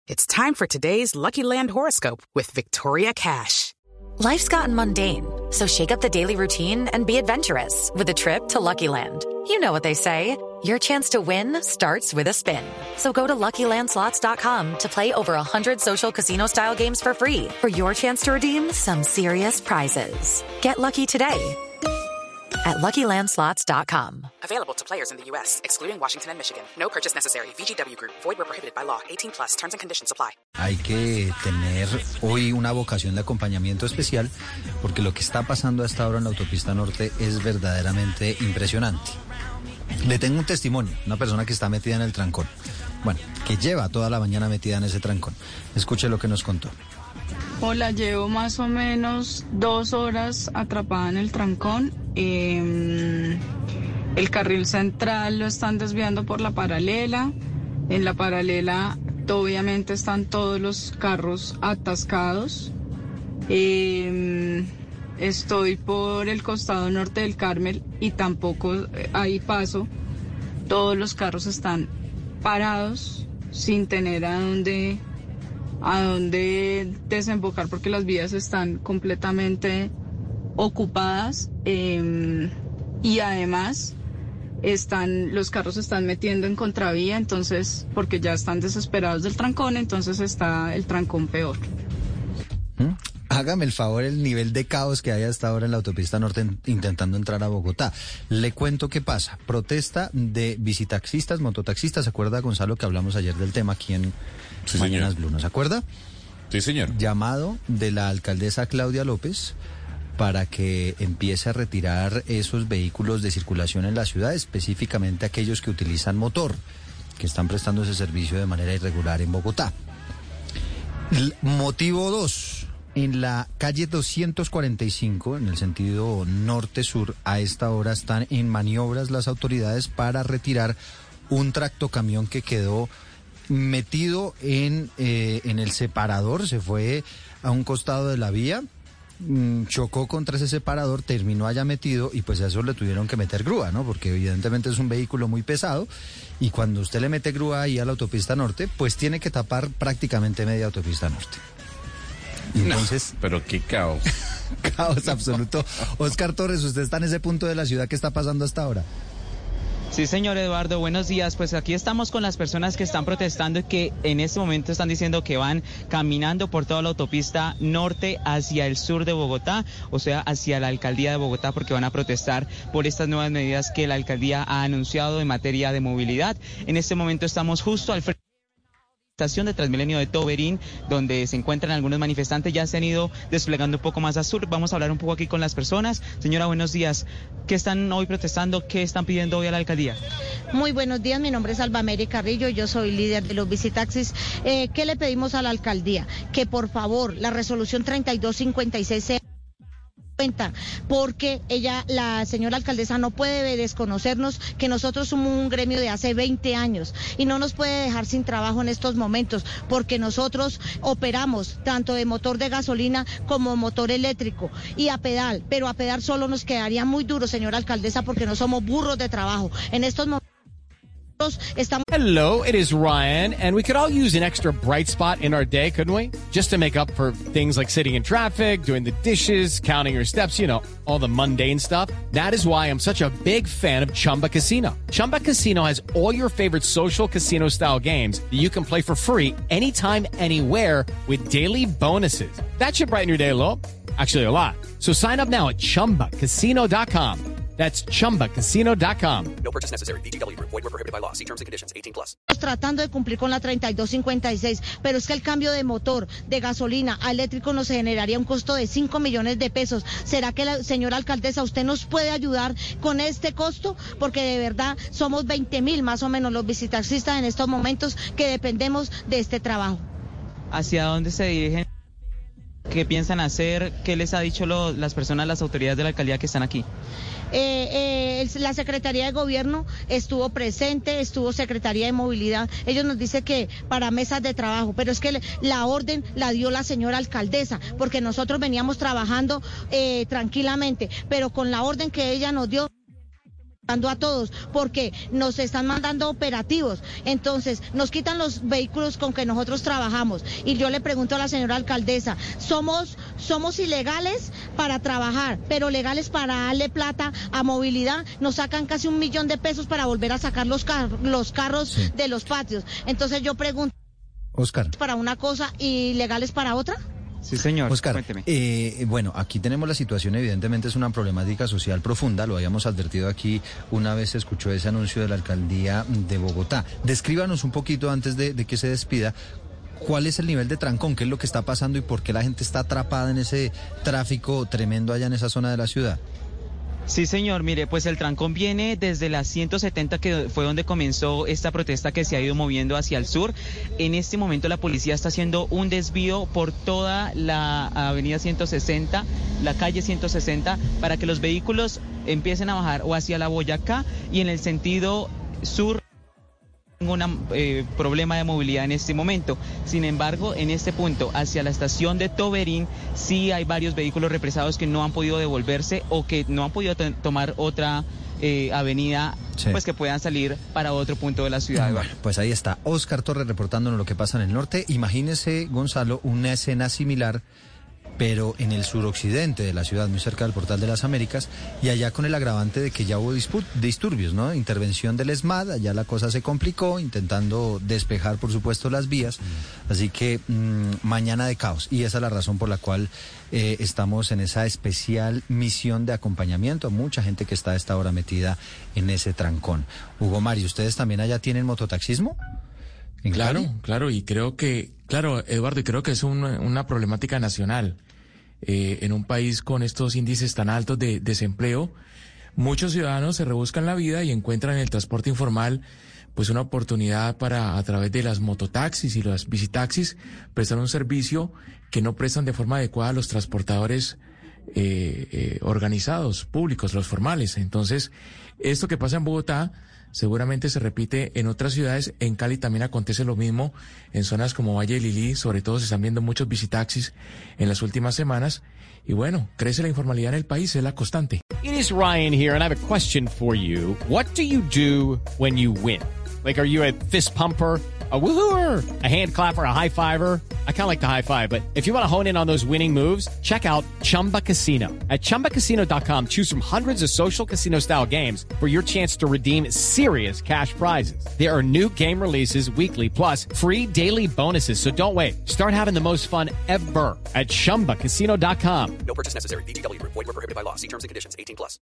It's time for today's Lucky Land horoscope with Victoria Cash. Life's gotten mundane, so shake up the daily routine and be adventurous with a trip to Lucky Land. You know what they say, your chance to win starts with a spin. So go to LuckyLandSlots.com to play over 100 social casino-style games for free for your chance to redeem some serious prizes. Get lucky today at LuckyLandSlots.com. Available to players in the U.S., excluding Washington and Michigan. No purchase necessary. VGW Group. Void where prohibited by law. 18+. Terms and conditions apply. Hay que tener hoy una vocación de acompañamiento especial porque lo que está pasando hasta ahora en la autopista norte es verdaderamente impresionante. Le tengo un testimonio, una persona que está metida en el trancón. Bueno, que lleva toda la mañana metida en ese trancón. Escuche lo que nos contó. Hola, llevo más o menos 2 horas atrapada en el trancón. El carril central lo están desviando por la paralela. En la paralela obviamente están todos los carros atascados. Estoy por el costado norte del Carmel y tampoco hay paso. Todos los carros están parados sin tener a dónde desembocar porque las vías están completamente ocupadas, y además los carros se están metiendo en contravía, entonces porque ya están desesperados del trancón, entonces está el trancón peor. Hágame el favor, el nivel de caos que hay hasta ahora en la autopista norte intentando entrar a Bogotá. Le cuento qué pasa. Protesta de bicitaxistas, mototaxistas. ¿Se acuerda, Gonzalo, que hablamos ayer del tema aquí en Mañanas Blue? ¿No se acuerda? Sí, señor. Llamado de la alcaldesa Claudia López para que empiece a retirar esos vehículos de circulación en la ciudad, específicamente aquellos que utilizan motor, que están prestando ese servicio de manera irregular en Bogotá. Motivo 2. En la calle 245, en el sentido norte-sur, a esta hora están en maniobras las autoridades para retirar un tractocamión que quedó metido en el separador, se fue a un costado de la vía, chocó contra ese separador, terminó allá metido y pues a eso le tuvieron que meter grúa, ¿no? Porque evidentemente es un vehículo muy pesado y cuando usted le mete grúa ahí a la autopista norte, pues tiene que tapar prácticamente media autopista norte. Entonces, no, pero qué caos. Caos absoluto. Oscar Torres, usted está en ese punto de la ciudad. ¿Qué está pasando hasta ahora? Sí, señor Eduardo, buenos días. Pues aquí estamos con las personas que están protestando y que en este momento están diciendo que van caminando por toda la autopista norte hacia el sur de Bogotá, o sea, hacia la alcaldía de Bogotá, porque van a protestar por estas nuevas medidas que la alcaldía ha anunciado en materia de movilidad. En este momento estamos justo al frente estación de Transmilenio de Toberín, donde se encuentran algunos manifestantes, ya se han ido desplegando un poco más al sur. Vamos a hablar un poco aquí con las personas. Señora, buenos días. ¿Qué están hoy protestando? ¿Qué están pidiendo hoy a la alcaldía? Muy buenos días, mi nombre es Alba Mary Carrillo, yo soy líder de los bicitaxis. ¿Qué le pedimos a la alcaldía? Que por favor la resolución 3256 sea cuenta, porque la señora alcaldesa no puede desconocernos que nosotros somos un gremio de hace 20 años y no nos puede dejar sin trabajo en estos momentos, porque nosotros operamos tanto de motor de gasolina como motor eléctrico y a pedal, pero a pedal solo nos quedaría muy duro, señora alcaldesa, porque no somos burros de trabajo. En estos momentos estamos... Hello, it is Ryan, and we could all use an extra bright spot in our day, couldn't we? Just to make up for things like sitting in traffic, doing the dishes, counting your steps, you know, all the mundane stuff. That is why I'm such a big fan of Chumba Casino. Chumba Casino has all your favorite social casino-style games that you can play for free anytime, anywhere with daily bonuses. That should brighten your day a little. Actually, a lot. So sign up now at ChumbaCasino.com. That's ChumbaCasino.com. No purchase necessary. VGW Group. Void where prohibited by law. See terms and conditions. 18+. Tratando de cumplir con la 3256, pero es que el cambio de motor de gasolina a eléctrico nos generaría un costo de 5 millones de pesos. ¿Será que la señora alcaldesa usted nos puede ayudar con este costo? Porque de verdad somos 20.000 más o menos los bicitaxistas en estos momentos que dependemos de este trabajo. ¿Hacia dónde se dirigen? ¿Qué piensan hacer? ¿Qué les ha dicho las personas, las autoridades de la alcaldía que están aquí? La Secretaría de Gobierno estuvo presente, estuvo Secretaría de Movilidad. Ellos nos dicen que para mesas de trabajo, pero es que la orden la dio la señora alcaldesa, porque nosotros veníamos trabajando tranquilamente, pero con la orden que ella nos dio a todos porque nos están mandando operativos, entonces nos quitan los vehículos con que nosotros trabajamos y yo le pregunto a la señora alcaldesa, somos ilegales para trabajar, pero legales para darle plata a movilidad, nos sacan casi 1 millón de pesos para volver a sacar los carros Sí. de los patios, entonces yo pregunto, Oscar. ¿para una cosa y legales para otra? Sí, señor. Oscar, Cuénteme. bueno, aquí tenemos la situación, evidentemente es una problemática social profunda, lo habíamos advertido aquí una vez se escuchó ese anuncio de la alcaldía de Bogotá. Descríbanos un poquito antes de que se despida, ¿cuál es el nivel de trancón? ¿Qué es lo que está pasando y por qué la gente está atrapada en ese tráfico tremendo allá en esa zona de la ciudad? Sí, señor. Mire, pues el trancón viene desde la 170, que fue donde comenzó esta protesta que se ha ido moviendo hacia el sur. En este momento la policía está haciendo un desvío por toda la avenida 160, la calle 160, para que los vehículos empiecen a bajar o hacia la Boyacá y en el sentido sur. Ningún problema de movilidad en este momento. Sin embargo, en este punto, hacia la estación de Toberín, sí hay varios vehículos represados que no han podido devolverse o que no han podido tomar otra avenida, Sí. pues que puedan salir para otro punto de la ciudad. Bueno, pues ahí está Oscar Torres reportándonos lo que pasa en el norte. Imagínese, Gonzalo, una escena similar, pero en el suroccidente de la ciudad, muy cerca del Portal de las Américas, y allá con el agravante de que ya hubo disturbios, ¿no? Intervención del ESMAD, allá la cosa se complicó, intentando despejar, por supuesto, las vías, así que mañana de caos, y esa es la razón por la cual estamos en esa especial misión de acompañamiento a mucha gente que está a esta hora metida en ese trancón. Hugo Mario, ¿ustedes también allá tienen mototaxismo? ¿En Cali? Claro, y creo que, Eduardo, y creo que es una problemática nacional. En un país con estos índices tan altos de desempleo, muchos ciudadanos se rebuscan la vida y encuentran en el transporte informal pues una oportunidad para, a través de las mototaxis y las bicitaxis, prestar un servicio que no prestan de forma adecuada a los transportadores organizados, públicos, los formales. Entonces, esto que pasa en Bogotá seguramente se repite en otras ciudades. En Cali también acontece lo mismo, en zonas como Valle de Lilí, sobre todo se están viendo muchos bicitaxis en las últimas semanas. Y bueno, crece la informalidad en el país, es la constante. It is Ryan here, and I have a question for you. What do you do when you win? Like, are you a fist pumper, a woohooer, a hand clapper, a high fiver? I kind of like the high five, but if you want to hone in on those winning moves, check out Chumba Casino. At ChumbaCasino.com, choose from hundreds of social casino-style games for your chance to redeem serious cash prizes. There are new game releases weekly, plus free daily bonuses, so don't wait. Start having the most fun ever at ChumbaCasino.com. No purchase necessary. VGW Group. Void where prohibited by law. See terms and conditions. 18+.